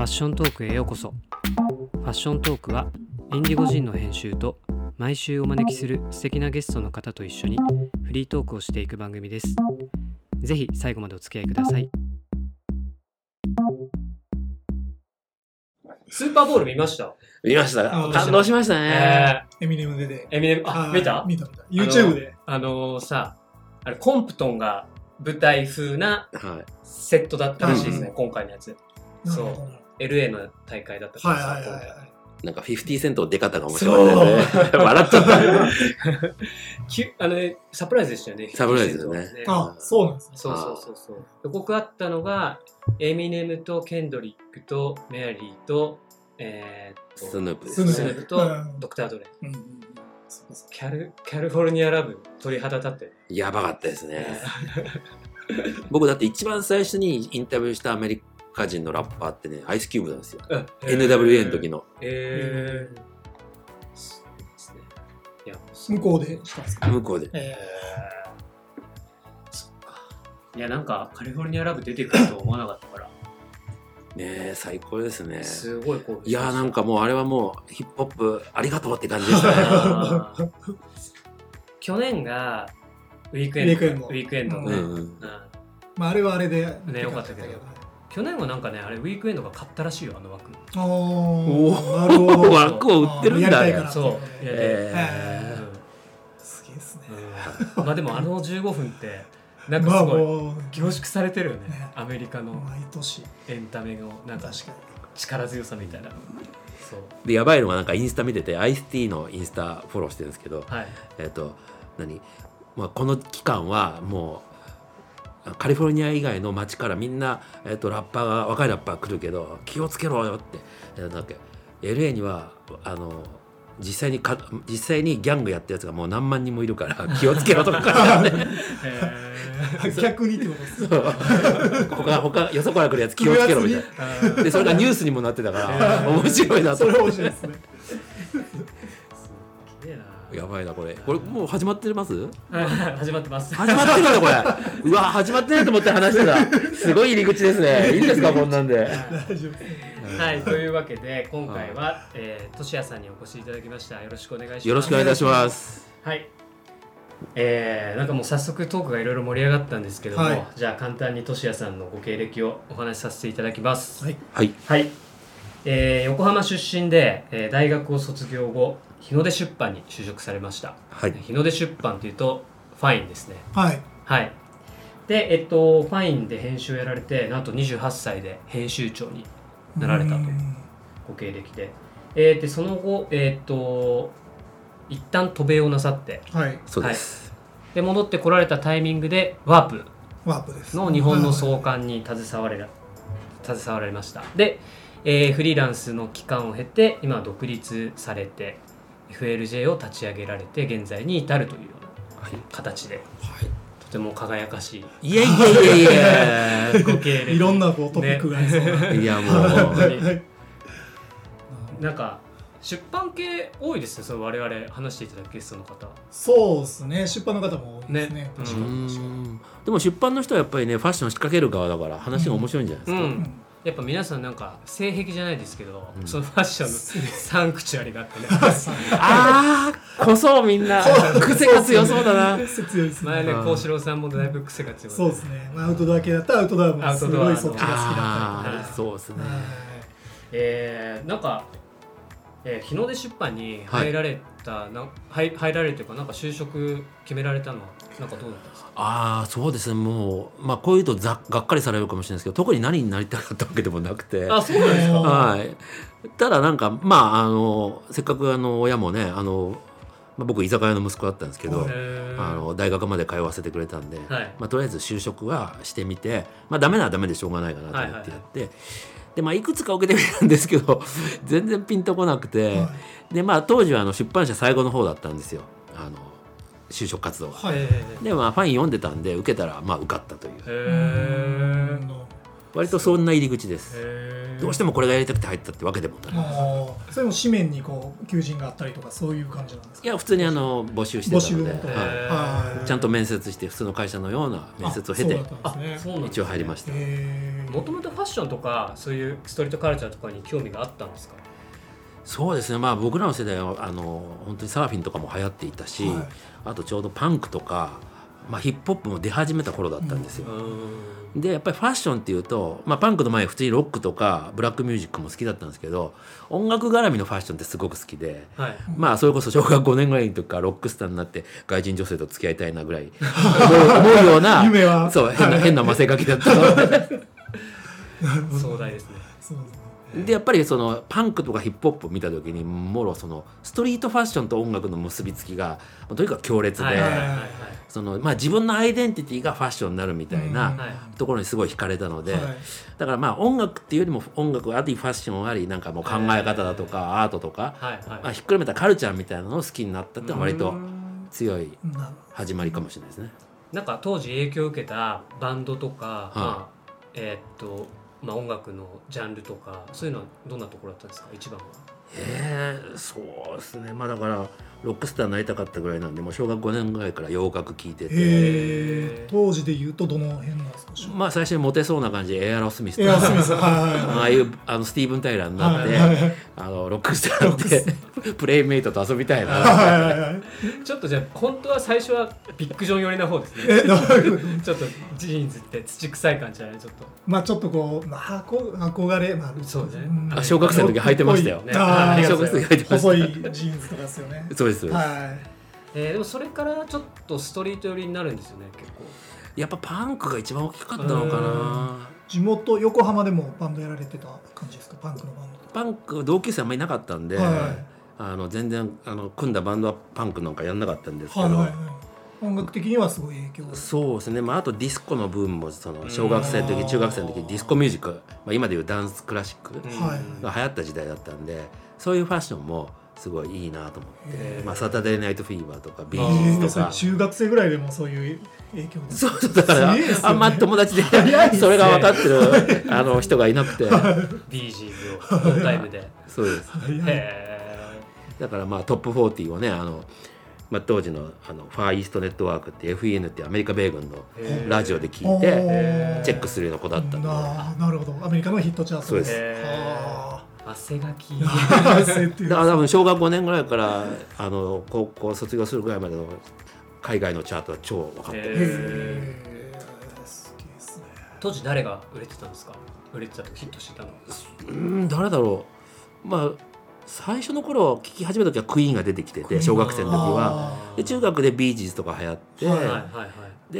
ァッショントークへようこそ。ファッショントークはインディゴジンの編集と毎週お招きする素敵なゲストの方と一緒にフリートークをしていく番組です。ぜひ最後までお付き合いください。スーパーボール見ました？ 見ました。感動しましたね。 エミネムで。 エミネム、見た？ 見た。YouTube で。 さ、あれコンプトンが舞台風なセットだったらしいですね、今回のやつ。そう。LA の大会だったからさ、 なんか50セント出方が面白いですね。笑っちゃった。 サプライズでしたよね。 サプライズですね。 あ、そうなんですね。 そう。予告あったのが、エミネムとケンドリックとメアリーと、 スヌープとドクター・ドレ。キャリフォルニアラブ鳥肌立って。 やばかったですね。僕だって一番最初にインタビューしたアメリカ人のラッパーってね、アイスキューブなんですよ。NWA の時の。 向こうでしたんですか？ 向こうで。 そっか。いや、なんかカリフォルニアラブ出てくると思わなかったから。 ねえ、最高ですね。 すごい興奮。 いや、なんかもうあれはもうヒップホップありがとうって感じでしたね。 去年がウィークエンドね。 まああれはあれでね、よかったけど。去年はなんかね、あれウィークエンドが買ったらしいよ、あの枠。 おー、なるほど。 枠を売ってるんだね。 そう。 すげえですね。 まあでもあの15分ってなんかすごい凝縮されてるよね。アメリカのエンタメのなんか力強さみたいな。 そうでやばいのがなんかインスタ見てて、アイスティーのインスタフォローしてるんですけど、まあこの期間はもうカリフォルニア以外の街からみんな、ラッパーが若いラッパー来るけど気をつけろよって、なんか LA には実際にギャングやったやつがもう何万人もいるから気をつけろとかね。 逆にってことです。 他よそから来るやつ気をつけろみたいな。でそれがニュースにもなってたから面白いなと。 それ面白いですね。 やばいなこれもう始まってます？ 始まってます。 始まってるんだこれ。うわ始まってないと思って話してた。すごい入り口ですね。いいんですかこんなんで。 はい、というわけで今回はとしやさんにお越しいただきました。よろしくお願いします。 よろしくお願いいたします。 はい。なんかもう早速トークがいろいろ盛り上がったんですけども、じゃあ簡単にとしやさんのご経歴をお話しさせていただきます。 はい。 横浜出身で、大学を卒業後日の出出版に就職されました。日の出出版というとファインですね。で、ファインで編集をやられて、なんと28歳で編集長になられたというご経歴で、でその後、一旦渡米をなさって、 そうです。 で戻ってこられたタイミングでワープの日本の創刊に携わられました。で、フリーランスの期間を経て今独立されて FLJ を立ち上げられて現在に至るというような形で、とても輝かしい。 いやご経歴。 いろんなトピックがありそうな。 いやもう本当になんか出版系多いですね。我々話していただくゲストの方。 そうですね。出版の方も多いですね。 でも出版の人はやっぱりねファッション仕掛ける側だから話が面白いんじゃないですか。 やっぱ皆さんなんか性癖じゃないですけど、そのファッションのサンクチュアリがあってね。 こそみんな癖が強そうだな。 前ね幸四郎さんもだいぶ癖が強い。 そうですね。アウトドア系だったらアウトドアもすごいそっちが好きだったり。 そうですね。 なんか日の出出版に入られた入られるというかなんか就職決められたのはなんかどうだったんですか？ そうですね。もうまあこういうとがっかりされるかもしれないですけど、特に何になりたかったわけでもなくて。 そうなんですか。 ただなんかまあせっかく親もね僕居酒屋の息子だったんですけど大学まで通わせてくれたんで、とりあえず就職はしてみて、ダメならダメでしょうがないかなと思ってやって。でいくつか受けてみたんですけど全然ピンとこなくて、で当時は出版社最後の方だったんですよ、就職活動が。でファイン読んでたんで受けたら受かったという割とそんな入り口です。 どうしてもこれがやりたくて入ったってわけでもない。 それも紙面にこう求人があったりとかそういう感じなんですか？ いや普通に募集してたので、ちゃんと面接して普通の会社のような面接を経て一応入りました。 もともとファッションとかそういうストリートカルチャーとかに興味があったんですか？ そうですね、まあ、僕らの世代は本当にサーフィンとかも流行っていたし、あとちょうどパンクとか、まあ、ヒップホップも出始めた頃だったんですよ。でやっぱりファッションっていうと、まあ、パンクの前普通にロックとかブラックミュージックも好きだったんですけど、音楽絡みのファッションってすごく好きで、まあそれこそ小学5年ぐらいの時からロックスターになって外人女性と付き合いたいなぐらい思うような夢はそう変なませがきだった壮大ですね。 でやっぱりそのパンクとかヒップホップを見た時にもろそのストリートファッションと音楽の結びつきがとにかく強烈で、そのまあ自分のアイデンティティがファッションになるみたいなところにすごい惹かれたので、だからまあ音楽っていうよりも音楽ありファッションありなんかもう考え方だとかアートとか、まあひっくるめたカルチャーみたいなのを好きになったっていうのは割と強い始まりかもしれないですね。 なんか当時影響を受けたバンドとか、まあ音楽のジャンルとかそういうのはどんなところだったんですか一番は？ そうですね、まあだからロックスターになりたかったぐらいなんでもう小学5年ぐらいから洋楽聴いてて、 当時でいうとどの辺なんですか？ まあ最初にモテそうな感じでエアロスミスとかああいうスティーブン・タイラーになって、ロックスターってプレイメイトと遊びたいなちょっとじゃあ本当は最初はビッグジョン寄りな方ですねちょっとジーンズって土臭い感じじゃない？ちょっとまあちょっとこう憧れ、まあ、 そうね、 小学生の時履いてましたよね。小学生の時履いてました。 細いジーンズとかですよね。 そうです。 でもそれからちょっとストリート寄りになるんですよね。結構やっぱパンクが一番大きかったのかな。 地元横浜でもバンドやられてた感じですか？パンクのバンド。 パンク同級生あんまりいなかったんで、全然組んだバンドはパンクなんかやんなかったんですけど、 音楽的にはすごい影響。 そうですね、まあ、あとディスコのブームもその小学生の時中学生の時ディスコミュージック、まあ、今でいうダンスクラシックが流行った時代だったんで、そういうファッションもすごいいいなと思って、まあ、サタデーナイトフィーバーとかビージーズとか中学生ぐらいでもそういう影響が。 そうだから、あんま友達でそれが分かってる人がいなくてビージーズをノータイムでそうですだからまあトップ40をねまあ、当時のファーイーストネットワークって FN ってアメリカ米軍のラジオで聞いてチェックするような子だったんで。 なるほど、アメリカのヒットチャート。 そうです。 汗がきだから多分小学5年ぐらいから高校卒業するぐらいまでの海外のチャートは超分かってます。 当時誰が売れてたんですか？売れてたとヒットしてたの？ 誰だろう。まあ最初の頃聞き始めた時はクイーンが出てきてて、小学生の時はで中学でビージーズとか流行って、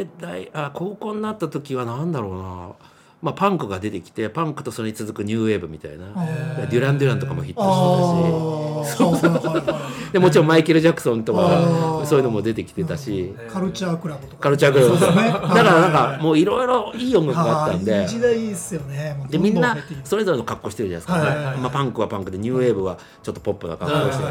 で高校になった時はなんだろうな、まあ、パンクが出てきてパンクとそれに続くニューウェーブみたいなデュラン・デュランとかもヒットしてたしでもちろんマイケル・ジャクソンとかそういうのも出てきてたし、 カルチャークラブとかカルチャークラブとか、ね、だからなんかもういろいろいい音楽があったんで、 いい時代ですよね。 でみんなそれぞれの格好してるじゃないですか、まあ、パンクはパンクでニューウェーブはちょっとポップな格好して、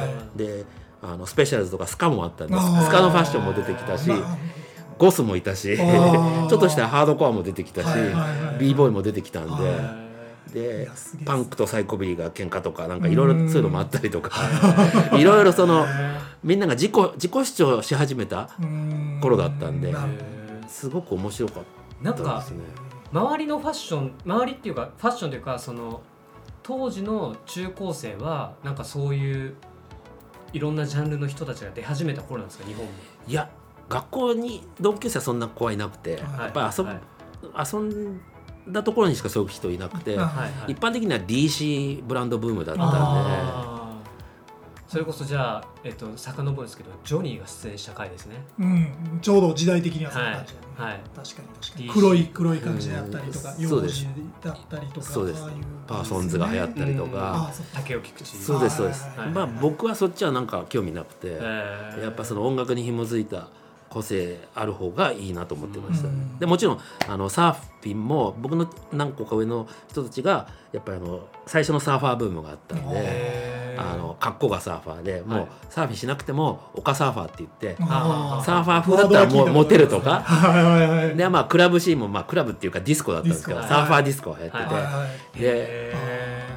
でスペシャルズとかスカもあったんです。スカのファッションも出てきたし、ゴスもいたしちょっとしたハードコアも出てきたし、b ボーイも出てきたんで、パンクとサイコビリが喧嘩とかなんかいろいろそういうのもあったりとかいろいろそのみんなが自己主張し始めた頃だったんで、すごく面白かったですね。 周りのファッション、周りっていうかファッションというかその当時の中高生はなんかそういういろんなジャンルの人たちが出始めた頃なんですか？日本も。 いや学校に同級生はそんな子はいなくて、やっぱり遊んだところにしかそういう人いなくて、一般的には DC ブランドブームだったんで、 それこそじゃあ遡るんですけどジョニーが出演した回ですね。 ちょうど時代的にはそんな感じ、確かに黒い感じであったりとか、幼児だったりとか、 そうです。パーソンズが流行ったりとか、 竹尾菊池。 そうですそうです。まあ僕はそっちはなんか興味なくて、やっぱその音楽に紐づいた個性ある方がいいなと思ってました。でもちろんサーフィンも僕の何個か上の人たちがやっぱり最初のサーファーブームがあったんで、格好がサーファーでもうサーフィンしなくても丘サーファーって言ってサーファー風だったらもうモテるとかで、まあクラブシーンもまあクラブっていうかディスコだったんですけど、サーファーディスコがやってて、で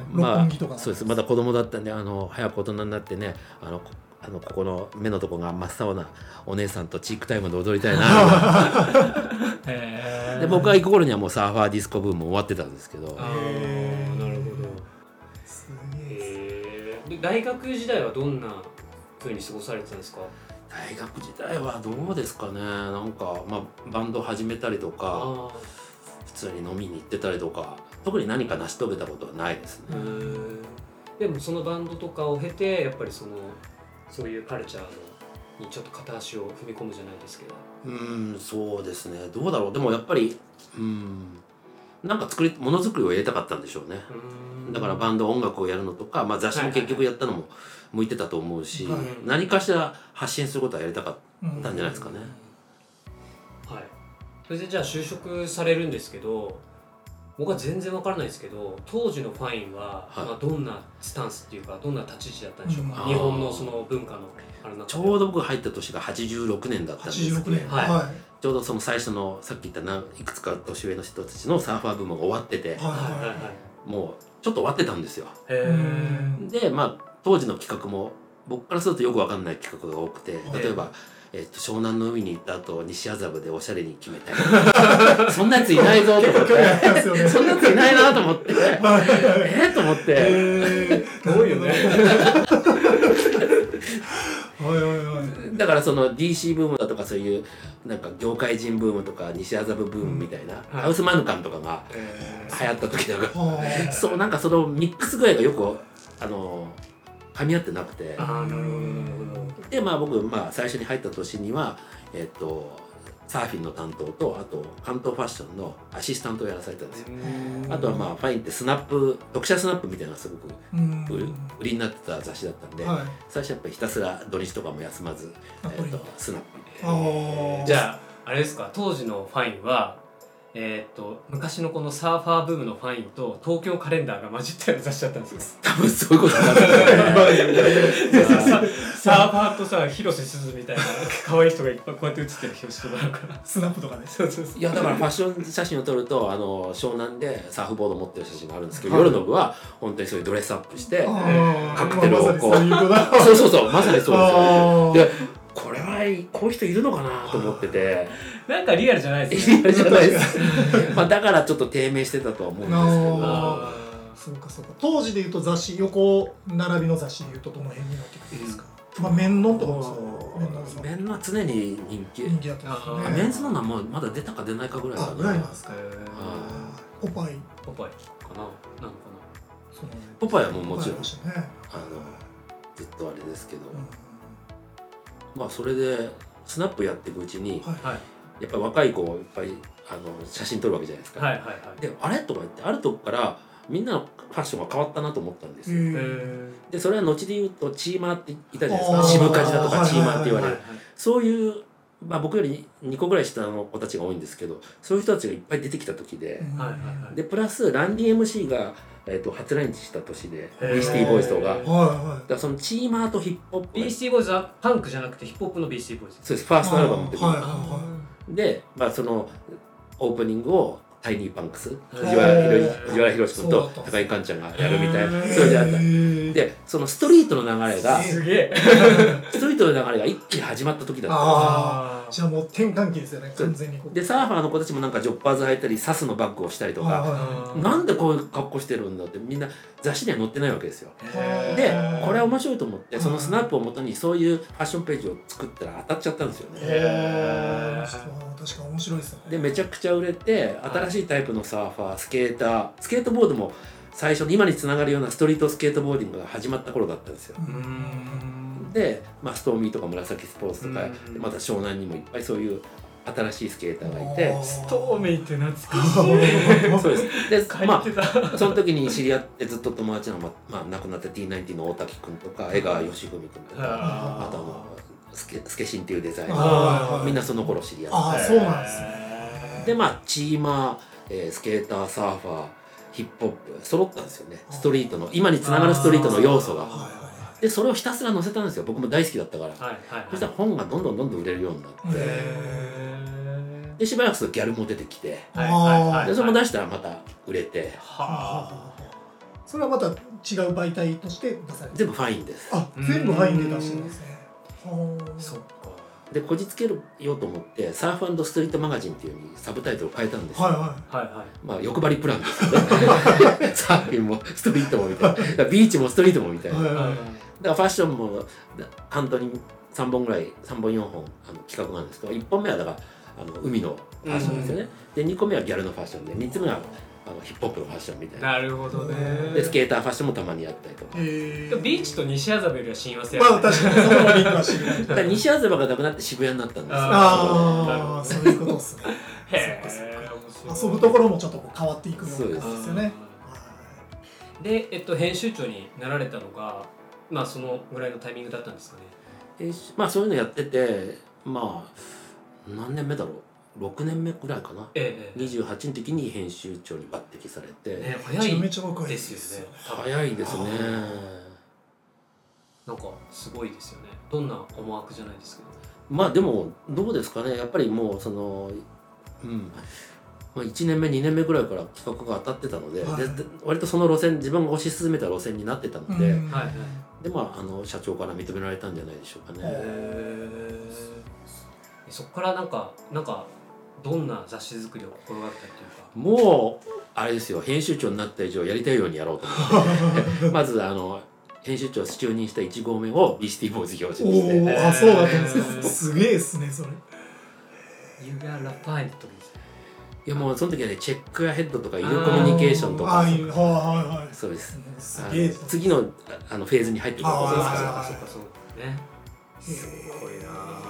六本木とか、 そうです。まだ子供だったんで早く大人になってねここの目のとこが真っ青なお姉さんとチークタイムで踊りたいなで僕が行く頃にはもうサーファーディスコブーム終わってたんですけど。 なるほど。 すげえ。 で大学時代はどんな風に過ごされてたんですか？ 大学時代はどうですかね。なんか、バンド始めたりとか普通に飲みに行ってたりとか特に何か成し遂げたことはないですね。 でもそのバンドとかを経てやっぱりそういうカルチャーにちょっと片足を踏み込むじゃないですけど。 そうですね。どうだろう。でもやっぱりなんかものづくりをやりたかったんでしょうね。だからバンド音楽をやるのとか、雑誌も結局やったのも向いてたと思うし、何かしら発信することはやりたかったんじゃないですかね。 はい。それでじゃあ就職されるんですけど、僕は全然わからないですけど、当時のファインは、どんなスタンスっていうかどんな立ち位置だったんでしょうか。日本のその文化のあれな。 ちょうど僕入った年が86年だったんですけど、ちょうどその最初のさっき言ったいくつか年上の人たちのサーファーブームが終わってて、もうちょっと終わってたんですよ。で当時の企画も僕からするとよくわかんない企画が多くて、例えば湘南の海に行った後西麻布でおしゃれに決めたいそんなやついないぞと思ってそんなやついないなと思ってと思って多いよねだからその DC ブームだとかそういうなんか業界人ブームとか西麻布ブームみたいな、ハウスマヌカンとかが流行った時とか、そうなんかそのミックス具合がよく噛み合ってなくて。で僕最初に入った年にはサーフィンの担当とあと関東ファッションのアシスタントをやらされたんですよ。あとはファインってスナップ読者スナップみたいなのがすごく売りになってた雑誌だったんで、最初やっぱりひたすら土日とかも休まずスナップ。 じゃああれですか、当時のファインは昔のこのサーファーブームのファインと東京カレンダーが混じったような雑誌だったんですか？ 多分そういうことになってるサーファーとさ広瀬すずみたいな可愛い人がいっぱいこうやって写ってる表紙とかあるからスナップとかね。 いやだからファッション写真を撮ると湘南でサーフボード持ってる写真があるんですけど、夜の部は本当にそういうドレスアップしてカクテルをこうそうまさにそうですよ。でこれはこういう人いるのかなと思っててなんかリアルじゃないですね。 リアルじゃないですだからちょっと低迷してたとは思うんですけど。 そうか当時でいうと雑誌横並びの雑誌でいうとどの辺になってくるんですか？メンノンとかもそう。 メンノは常に人気だったんですね。 メンズの名もまだ出たか出ないかぐらいかな。 ぐらいなんですか。ポパイかななのかな。 ポパイはもちろんずっとあれですけど、それでスナップやっていくうちに、やっぱり若い子をいっぱい写真撮るわけじゃないですか。であれとか言ってあるとこからみんなのファッションが変わったなと思ったんですよ。でそれは後で言うとチーマーっていたじゃないですか。渋カジだとかチーマーって言われる、そういう僕より2個ぐらい下の子たちが多いんですけど、そういう人たちがいっぱい出てきた時で、でプラスランディ MC が初来日した年でビースティーボーイズとか、だからそのチーマーとヒップホップ、 ビースティーボーイズはパンクじゃなくてヒップホップのビースティーボーイズ。 そうです、ファーストアルバムってことで、そのオープニングをタイニーパンクス、藤原宏君と高井寛ちゃんがやるみたいな、それであった。でそのストリートの流れがストリートの流れが一気に始まった時だったんですよ。 じゃあもう転換期ですよね、完全に。 でサーファーの子たちもなんかジョッパーズ履いたりサスのバッグをしたりとか、なんでこういう格好してるんだってみんな雑誌には載ってないわけですよ。でこれは面白いと思ってそのスナップをもとにそういうファッションページを作ったら当たっちゃったんですよね。 確かに面白いですよね。 でめちゃくちゃ売れて、新しいタイプのサーファー、スケーター、スケートボードも最初今につながるようなストリートスケートボーディングが始まった頃だったんですよ。で、ストーミーとか紫スポーツとか、また湘南にもいっぱいそういう新しいスケーターがいて、 ストーミーって懐かしい。 そうです。で、その時に知り合ってずっと友達の亡くなった T90 の大滝君とか江川義文君とか、あとスケシンっていうデザイナー、みんなその頃知り合って。 そうなんですね。 でチーマー、スケーター、サーファー、ヒップホップ揃ったんですよね。ストリートの今につながるストリートの要素が。でそれをひたすら載せたんですよ。僕も大好きだったから。そしたら本がどんどん売れるようになって、でしばらくするとギャルも出てきて、でそれも出したらまた売れて、 それはまた違う媒体として出されて全部ファインです。 全部ファインで出してるんですね。 そっか。 でこじつけようと思ってサーフ&ストリートマガジンっていう風にサブタイトルを変えたんですよ。まあ欲張りプランですよね。サーフィンもストリートもみたいな、ビーチもストリートもみたいな。だからファッションも簡単に3本ぐらい3本4本企画なんですけど、1本目はだから海のファッションですよね。で2個目はギャルのファッションで、3つ目はヒップホップのファッションみたいな。 なるほどね。 でスケーターファッションもたまにやったりとか。 ビーチと西麻布よりは親和性ある。確かにそのリンクは知る。 だから西麻布がなくなって渋谷になったんですよ。 ああ、そういうことですね。へえ。遊ぶところもちょっと変わっていくような感じですよね。 で、編集長になられたのが、まあそのぐらいのタイミングだったんですかね。 まあそういうのやってて、まあ何年目だろう、6年目くらいかな。28の時に編集長に抜擢されて、 早いですよね。 早いですね。 なんかすごいですよね。どんな思惑じゃないですけど。 まあでもどうですかね。やっぱりもうまあ、1年目2年目ぐらいから企画が当たってたので、割とその路線、自分が推し進めた路線になってたので、でまあ社長から認められたんじゃないでしょうかね。 そこからなんかどんな雑誌作りを心がけたっていうか。 もうあれですよ、編集長になった以上やりたいようにやろうと思ってまず編集長就任した1号目をビースティーボーイズ表紙にして。 あ、そうだったんですか。すげえですねそれ。 You got a fine とですね。 いやもうその時はね、チェックアヘッドとか医療コミュニケーションとか、そうです。次のフェーズに入ってくることですから。 そうね。すごい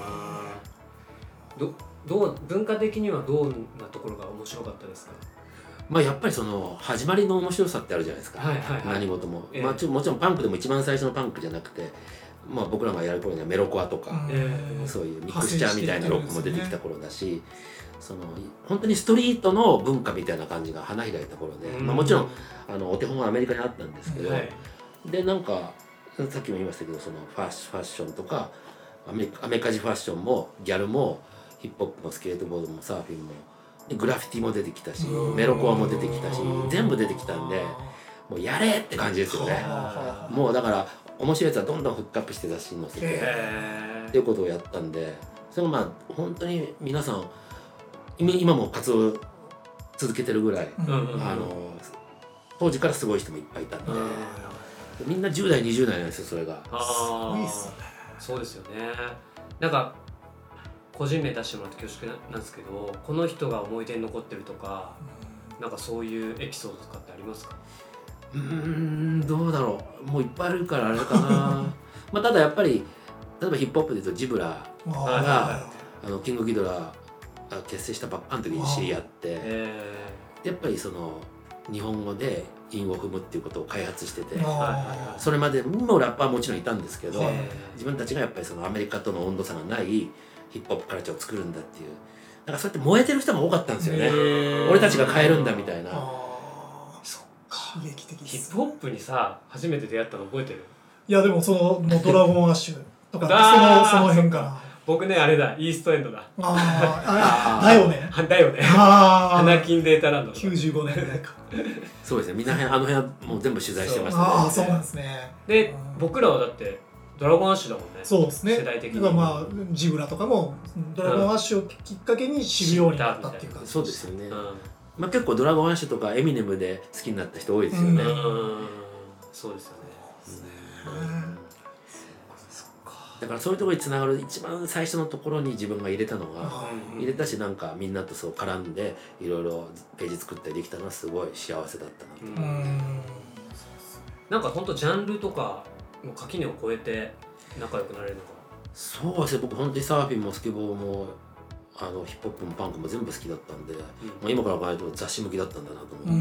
な。文化的にはどんなところが面白かったですか。 まあやっぱりその始まりの面白さってあるじゃないですか。何事も。まあもちろんパンクでも一番最初のパンクじゃなくて、まあ僕らがやる頃にはメロコアとか、そういうミクスチャーみたいなロックも出てきた頃だし。本当にストリートの文化みたいな感じが花開いた頃で、まあ、もちろんお手本はアメリカにあったんですけど、でなんかさっきも言いましたけど、そのファッションとかアメカジファッションもギャルもヒップホップもスケートボードもサーフィンもでグラフィティも出てきたし、メロコアも出てきたし、全部出てきたんで、もうやれって感じですよね。もうだから面白いやつはどんどんフックアップして雑誌に載せてっていうことをやったんで、それがまあ本当に皆さん今も活動続けてるぐらい、当時からすごい人もいっぱいいたんで、みんな10代20代なんですよ。それがすごいっすね。 そうですよね。なんか個人名出してもらって恐縮なんですけど、この人が思い出に残ってるとか、なんかそういうエピソードとかってありますか。 どうだろう、もういっぱいあるからあれかなまあただやっぱり例えばヒップホップで言うとジブラがキングギドラ結成したばっかの時に知り合って、やっぱりその日本語で韻を踏むっていうことを開発してて、それまでもラッパーはもちろんいたんですけど、自分たちがやっぱりそのアメリカとの温度差がないヒップホップカルチャーを作るんだっていう、だからそうやって燃えてる人が多かったんですよね。俺たちが変えるんだみたいな。 そっか、刺激的です。 ヒップホップにさ初めて出会ったの覚えてる。 いやでもそのドラゴンアッシュとかその辺から。 僕ねあれだ、イーストエンドだ。 だよね。 だよね。花金データランド。 95年ぐらいか。 そうですね。みんな辺はもう全部取材してましたね。 ああ、そうなんですね。 で僕らはだってドラゴンアッシュだもんね。 そうですね。 世代的に。 だからまあジブラとかもドラゴンアッシュをきっかけに知るようになったっていうか。 そうですよね。まあ結構ドラゴンアッシュとかエミネムで好きになった人多いですよね。 そうですよね。 だからそういうところにつながる一番最初のところに自分が入れたのが、入れたし、なんかみんなとそう絡んでいろいろページ作ったりできたのはすごい幸せだったなと。 なんか本当ジャンルとかの垣根を越えて仲良くなれるのか。 そうですね。僕本当にサーフィンもスケボーもヒップホップもパンクも全部好きだったんで、まあ今から考えると雑誌向きだったんだなと思って。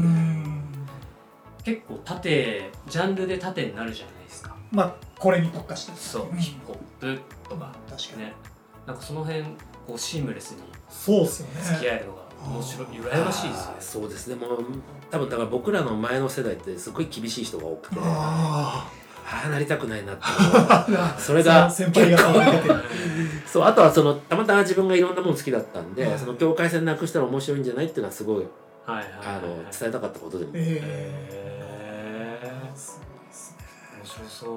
結構ジャンルで縦になるじゃないですか。 まあこれに特化してる。 そうヒップホップとか確かにね。なんかその辺こうシームレスにそうですよね。 付き合えるのが面白い、羨ましいですね。 そうですね。もう多分だから僕らの前の世代ってすごい厳しい人が多くて、ああなりたくないなってそれが先輩がそう、あとはたまたま自分がいろんなもの好きだったんで、その境界線なくしたら面白いんじゃないっていうのはすごい伝えたかったことでも。 すごいですね。 面白そう。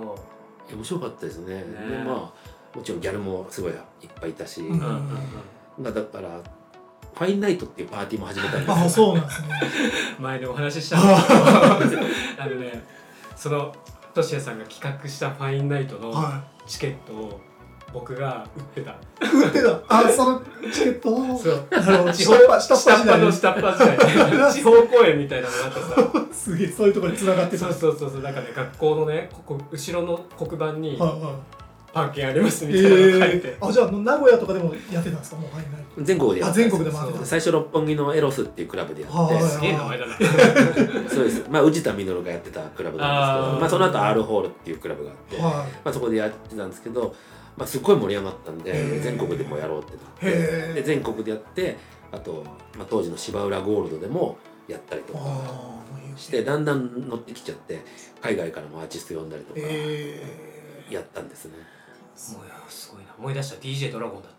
面白かったですね。でまあもちろんギャルもすごいいっぱいいたし、だからファインナイトっていうパーティーも始めたんですよ。 あ、そうなんですね。 前にお話ししたんですけどそのトシヤさんが企画したファインナイトのチケットを僕が売ってた。 そのチケットを。 そう。 下っ端の下っ端時代。地方公演みたいなのがあってさ。 すげえ、そういうところに繋がってた。 そう。なんかね、学校のね、後ろの黒板にパンケンありますみたいなのを書いて。 じゃあ名古屋とかでもやってたんですか？もう全国でやってた。 全国でもやってた。 最初六本木のエロスっていうクラブでやって。 すげえ名前だね。 そうです。宇治田実がやってたクラブなんですけど、その後 R ホールっていうクラブがあって、そこでやってたんですけど。すごい盛り上がったんで全国でもやろうってなってで全国でやってあと、当時の芝浦ゴールドでもやったりとかしてだんだん乗ってきちゃって海外からもアーティスト呼んだりとかやったんですね。 すごいな。思い出した。 DJ ドラゴンだった。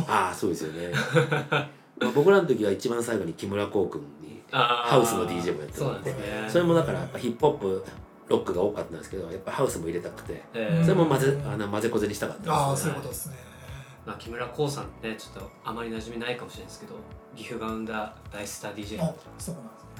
ああそうですよね。僕らの時は一番最後に木村光君にハウスの DJ もやってたんでそれもだからやっぱヒップホップロックが多かったんですけどやっぱハウスも入れたくて、それも混ぜこぜにしたかったんですよね。そういうことですね。 木村光さんってちょっとあまり馴染みないかもしれないですけど岐阜が生んだ大スター DJ。 そう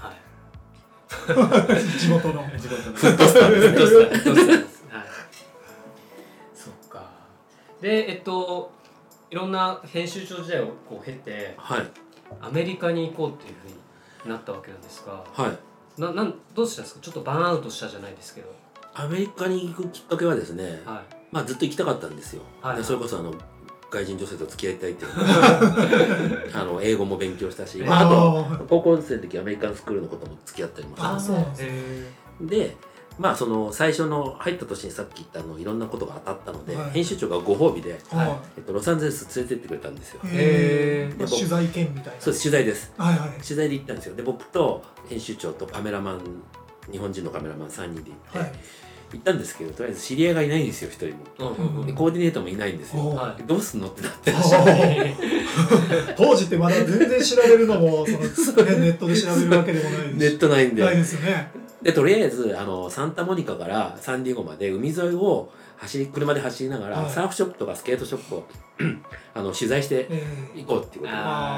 なんですね。はい。地元のフットスターですね。 そっか。でいろんな編集長時代を経て、アメリカに行こうっていうふうになったわけなんですが。どうしたんですか？ちょっとバーンアウトしたじゃないですけど。 アメリカに行くきっかけはですね、ずっと行きたかったんですよ。それこそ外人女性と付き合いたいっていう英語も勉強したし、あと高校生の時アメリカンスクールのことも付き合ったりもしたんですでその最初の入った年にさっき言ったいろんなことが当たったので、編集長がご褒美で、ロサンゼルス連れてってくれたんですよ。 取材券みたいな。 そうです、取材です。取材で行ったんですよ。で僕と編集長とカメラマン日本人のカメラマン3人で行って、行ったんですけどとりあえず知り合いがいないんですよ一人も。でコーディネートもいないんですよ。どうすんのってなって当時ってまだ全然調べるのもネットで調べるわけでもないですし。 ネットないんで。 ないですよね。 でとりあえずサンタモニカからサンディエゴまで海沿いを車で走りながら、サーフショップとかスケートショップを取材して行こうっていうことで。 でもね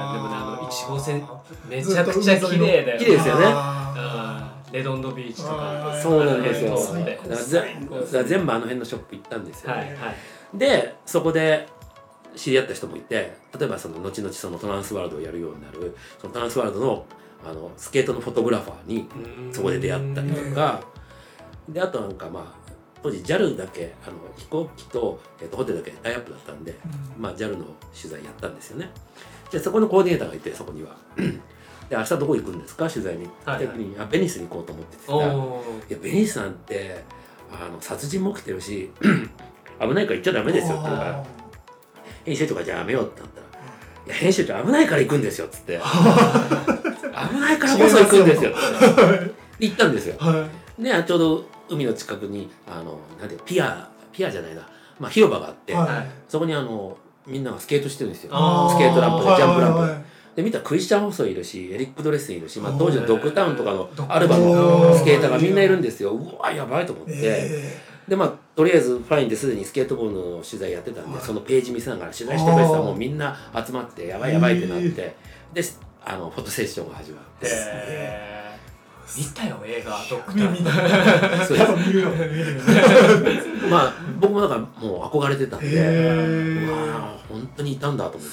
1号線めちゃくちゃ綺麗だよ。 綺麗ですよね。 レドンドビーチとか。 そうなんですよ。全部辺のショップ行ったんですよ。でそこで知り合った人もいて、例えば後々トランスワールドをやるようになるそのトランスワールドのスケートのフォトグラファーにそこで出会ったりとかで、あと当時 JAL だけ飛行機と、ホテルだけタイアップだったんで、JAL の取材やったんですよね。でそこのコーディネーターがいてそこにはで明日どこ行くんですか取材にって時にベニスに行こうと思ってて、いやベニスなんて殺人も起きてるし危ないから行っちゃダメですよって言うから編集長がじゃあやめようってなったらいや編集長危ないから行くんですよっつって危ないからこそ行くんですよって言ったんですよ。でちょうど海の近くになんてピアじゃないな、広場があって、そこにみんながスケートしてるんですよ。スケートランプでジャンプランプで見たらクリスチャン・ホソいるしエリック・ドレッセンいるし、当時のドッグタウンとかのアルバのスケーターがみんないるんですよ。うわやばいと思って、でとりあえずファインですでにスケートボードの取材やってたんで、そのページ見せながら取材してくれてたらもうみんな集まってやばいやばいってなって、でフォトセッションが始まって。 見たよ映画ドックタウン。 そうです僕もだからもう憧れてたんで、うわ本当にいたんだと思って。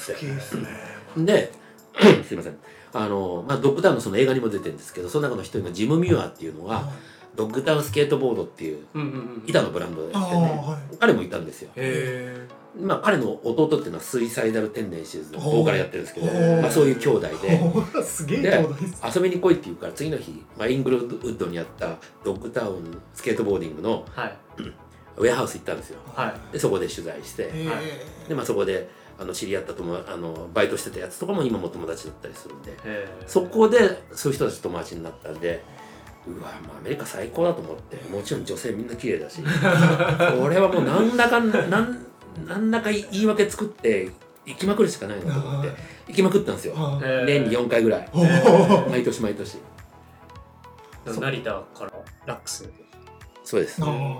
ですいませんドッグタウンのその映画にも出てるんですけど、その中の一人のジム・ミュアっていうのがドッグタウンスケートボードっていう板のブランドでやってね、彼もいたんですよ。彼の弟っていうのはスイサイダルテンデンシーズのボーカルやってるんですけど、そういう兄弟で遊びに来いって言うから次の日、イングルウッドにあったドッグタウンスケートボーディングのウェアハウス行ったんですよ。でそこで取材して、でそこで知り合ったバイトしてたやつとかも今も友達だったりするんで、そこでそういう人たちと友達になったんで、うわアメリカ最高だと思って、もちろん女性みんな綺麗だし俺はもう何らか言い訳作って行きまくるしかないなと思って行きまくったんですよ。年に4回ぐらい毎年成田からラックスそうです。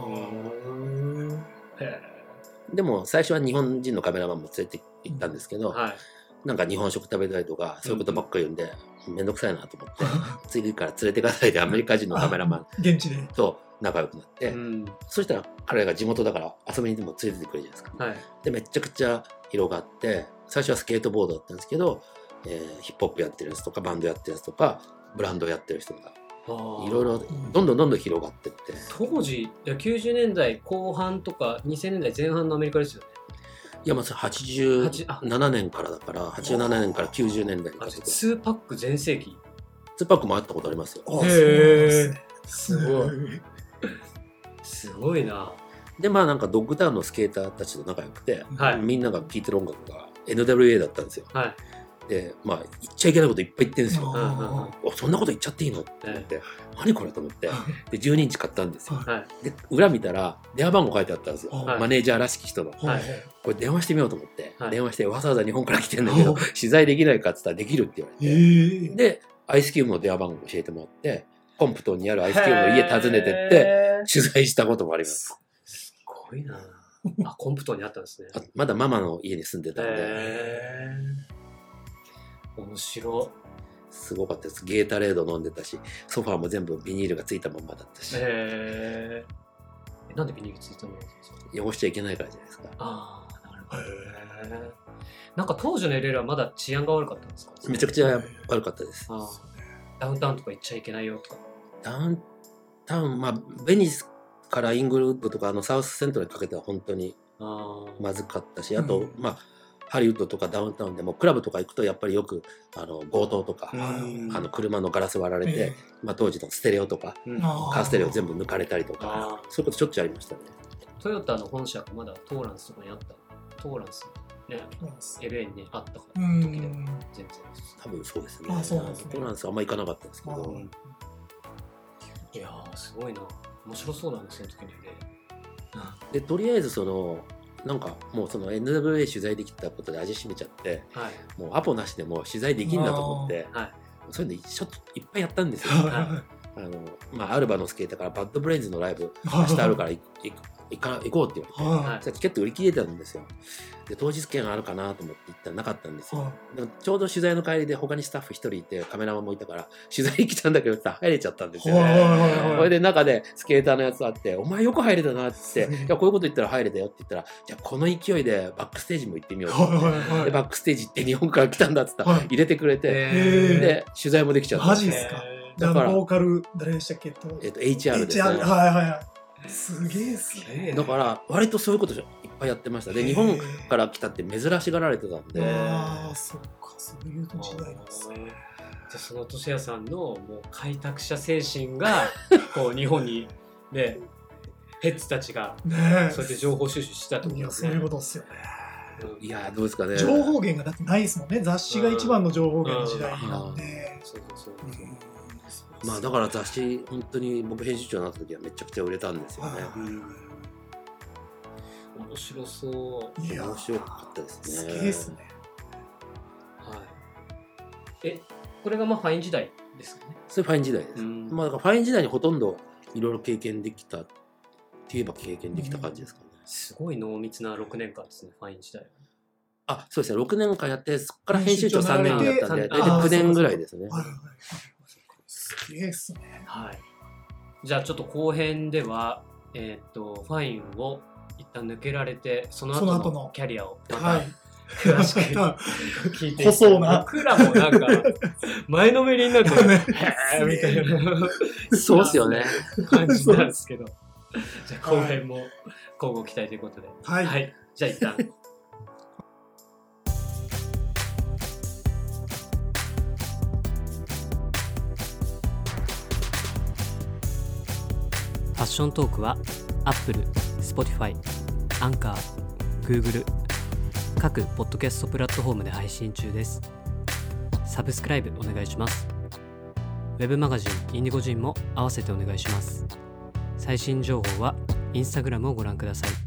でも最初は日本人のカメラマンも連れて行ったんですけど、はい、なんか日本食食べたいとかそういうことばっかり言うんで、めんどくさいなと思って次から連れてかないでアメリカ人のカメラマン現地でと仲良くなって、そしたら彼が地元だから遊びにでも連れてってくれるじゃないですか、はい、でめちゃくちゃ広がって、最初はスケートボードだったんですけど、ヒップホップやってるやつとかバンドやってるやつとかブランドやってる人がいろいろどんどん広がってって、 当時90年代後半とか2000年代前半のアメリカですよね。 いやまず87年からだから87年から90年代にかけて 2パック全盛期。 2パックもあったことありますよ。 へえ、すごいすごいな。 でまあなんかドッグタウンのスケーターたちと仲良くて、はい、みんなが聴いてる音楽が NWA だったんですよ、はい、でまあ言っちゃいけないこといっぱい言ってるんですよ。そんなこと言っちゃっていいのって思って、何これと思ってで12インチ買ったんですよ、はい、で裏見たら電話番号書いてあったんですよ、はい、マネージャーらしき人の、はい、これ電話してみようと思って、はい、電話してわざわざ日本から来てんだけど取材できないかって言ったらできるって言われて、でアイスキューブの電話番号教えてもらってコンプトンにあるアイスキューブの家訪ねてって取材したこともあります。 すごいなあ。コンプトンにあったんですね。 まだママの家に住んでたんで。 面白い。 すごかったです。ゲータレード飲んでたし、ソファーも全部ビニールがついたままだったし。 なんでビニールついたままなんですか？ 汚しちゃいけないからじゃないですか。 ああ、なるほど。なんか当時の LA はまだ治安が悪かったんですか？ めちゃくちゃ悪かったです。 ダウンタウンとか行っちゃいけないよとか。 ダウンタウン、まあベニスからイングルウッドとかサウスセントルにかけては本当にまずかったし、あと、まあハリウッドとかダウンタウンでもクラブとか行くとやっぱりよく強盗とか車のガラス割られて、まあ、当時のステレオとかカーステレオ全部抜かれたりとか、そういうことしょっちゅうありましたね。 トヨタの本社がまだトーランスとかにあった。トーランスね、LA にねあったから時で全然多分そうですね。トーランスあんま行かなかったんですけど、 いやーすごいな、面白そうだねその時にね。 でとりあえずなんかもうその NWA 取材できたことで味しめちゃって、はい、もうアポなしでも取材できんだと思って、はい、そういうのちょっといっぱいやったんですよ。まあ、アルバのスケーターからバッドブレインズのライブ明日あるから行こうって言われて、チケット売り切れたんですよ。で当日券あるかなと思って行ったらなかったんですよ。ちょうど取材の帰りで他にスタッフ1人いてカメラマンもいたから取材来たんだけど入れちゃったんですよね。それで中でスケーターのやつあって「お前よく入れたな」って言って「いやこういうこと言ったら入れたよ」って言ったら「じゃあこの勢いでバックステージも行ってみよう」ってでバックステージ行って日本から来たんだっつったら入れてくれて、で取材もできちゃった。 マジですか。だからボーカル誰でしたっけ ？HR ですね。 はいはいすげえっすね。 だから割とそういうこといっぱいやってました。で日本から来たって珍しがられてたんで。 ああそっか、そういう時代なんですね。 じゃあそのとしやさんのもう開拓者精神がこう日本にねヘッズたちがそうやって情報収集したってことですね。 そういうことですよね。 いやどうですかね。 情報源がだってないですもんね。雑誌が一番の情報源の時代なんで。 まあだから雑誌本当に僕編集長になった時はめちゃくちゃ売れたんですよね。 面白そう。 面白かったですね。 すげえですね。 はい。これがまあファイン時代ですかね。 それファイン時代です。まあだからファイン時代にほとんどいろいろ経験できたって言えば経験できた感じですかね。 すごい濃密な6年間ですね、ファイン時代。 あ、そうですね。6年間やってそこから編集長3年やったんで大体9年ぐらいですね。 すげえっすね。 はい。じゃあちょっと後編ではファインを一旦抜けられてその後のキャリアをまた詳しく聞いて、僕らもなんか前のめりになってへーみたいなそうっすよね感じなんですけど、じゃあ後編も交互期待ということで、はい、じゃあ一旦。ファッショントークは Apple、Spotify、Anchor、Google 各ポッドキャストプラットフォームで配信中です。サブスクライブお願いします。ウェブマガジンインディゴジンも合わせてお願いします。最新情報はインスタグラムをご覧ください。